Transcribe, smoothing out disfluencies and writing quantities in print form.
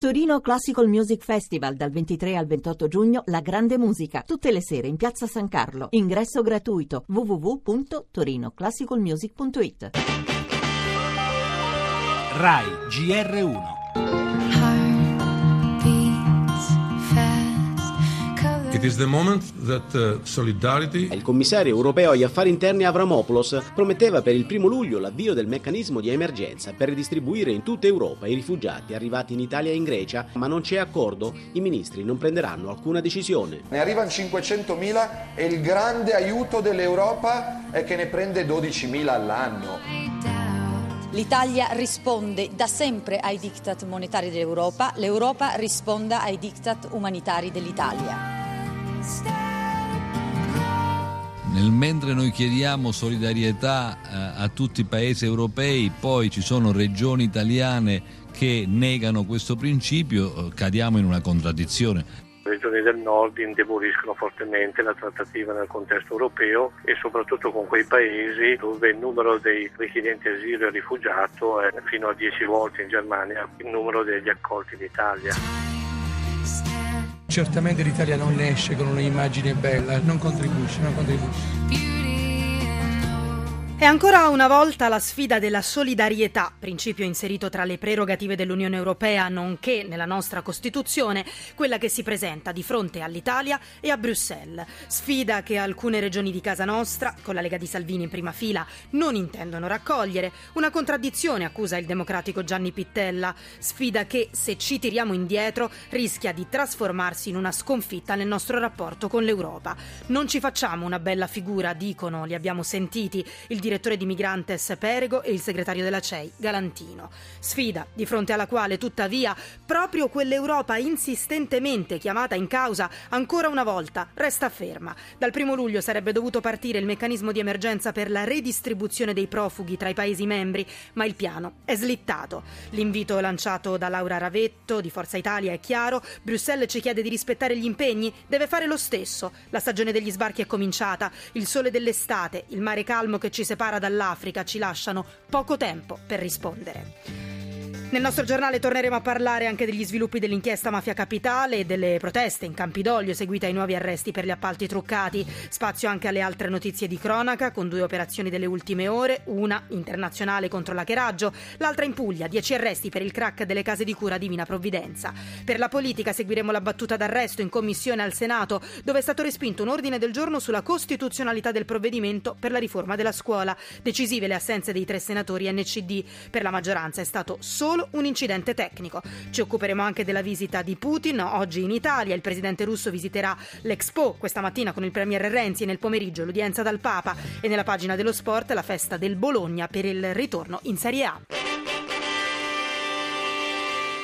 Torino Classical Music Festival dal 23 al 28 giugno, la grande musica, tutte le sere in Piazza San Carlo. Ingresso gratuito, www.torinoclassicalmusic.it. Rai GR1. It is the moment that solidarity. Il commissario europeo agli affari interni Avramopoulos prometteva per il 1 luglio l'avvio del meccanismo di emergenza per ridistribuire in tutta Europa i rifugiati arrivati in Italia e in Grecia, ma non c'è accordo, i ministri non prenderanno alcuna decisione. Ne arrivano 500.000 e il grande aiuto dell'Europa è che ne prende 12.000 all'anno. L'Italia risponde da sempre ai diktat monetari dell'Europa, l'Europa risponda ai diktat umanitari dell'Italia. Mentre noi chiediamo solidarietà a tutti i paesi europei, poi ci sono regioni italiane che negano questo principio, cadiamo in una contraddizione. Le regioni del nord indeboliscono fortemente la trattativa nel contesto europeo e soprattutto con quei paesi dove il numero dei richiedenti asilo e rifugiato è fino a 10 volte in Germania il numero degli accolti in Italia. Certamente l'Italia non ne esce con un'immagine bella, non contribuisce. E ancora una volta la sfida della solidarietà, principio inserito tra le prerogative dell'Unione Europea, nonché nella nostra Costituzione, quella che si presenta di fronte all'Italia e a Bruxelles. Sfida che alcune regioni di casa nostra, con la Lega di Salvini in prima fila, non intendono raccogliere. Una contraddizione, accusa il democratico Gianni Pittella. Sfida che, se ci tiriamo indietro, rischia di trasformarsi in una sconfitta nel nostro rapporto con l'Europa. Non ci facciamo una bella figura, dicono, li abbiamo sentiti, il direttore di Migrantes Perego e il segretario della CEI Galantino. Sfida di fronte alla quale, tuttavia, proprio quell'Europa insistentemente chiamata in causa ancora una volta resta ferma. Dal 1 luglio sarebbe dovuto partire il meccanismo di emergenza per la redistribuzione dei profughi tra i Paesi membri, ma il piano è slittato. L'invito lanciato da Laura Ravetto di Forza Italia è chiaro: Bruxelles ci chiede di rispettare gli impegni, deve fare lo stesso. La stagione degli sbarchi è cominciata, il sole dell'estate, il mare calmo che ci separa dall'Africa ci lasciano poco tempo per rispondere. Nel nostro giornale torneremo a parlare anche degli sviluppi dell'inchiesta Mafia Capitale e delle proteste in Campidoglio seguite ai nuovi arresti per gli appalti truccati. Spazio anche alle altre notizie di cronaca con 2 operazioni delle ultime ore, una internazionale contro l'hackeraggio, l'altra in Puglia, 10 arresti per il crack delle case di cura Divina Provvidenza. Per la politica seguiremo la battuta d'arresto in commissione al Senato, dove è stato respinto un ordine del giorno sulla costituzionalità del provvedimento per la riforma della scuola. Decisive le assenze dei 3 senatori NCD. Per la maggioranza è stato solo un incidente tecnico. Ci occuperemo anche della visita di Putin oggi in Italia. Il presidente russo visiterà l'Expo questa mattina con il premier Renzi e nel pomeriggio l'udienza dal Papa, e nella pagina dello sport la festa del Bologna per il ritorno in Serie A.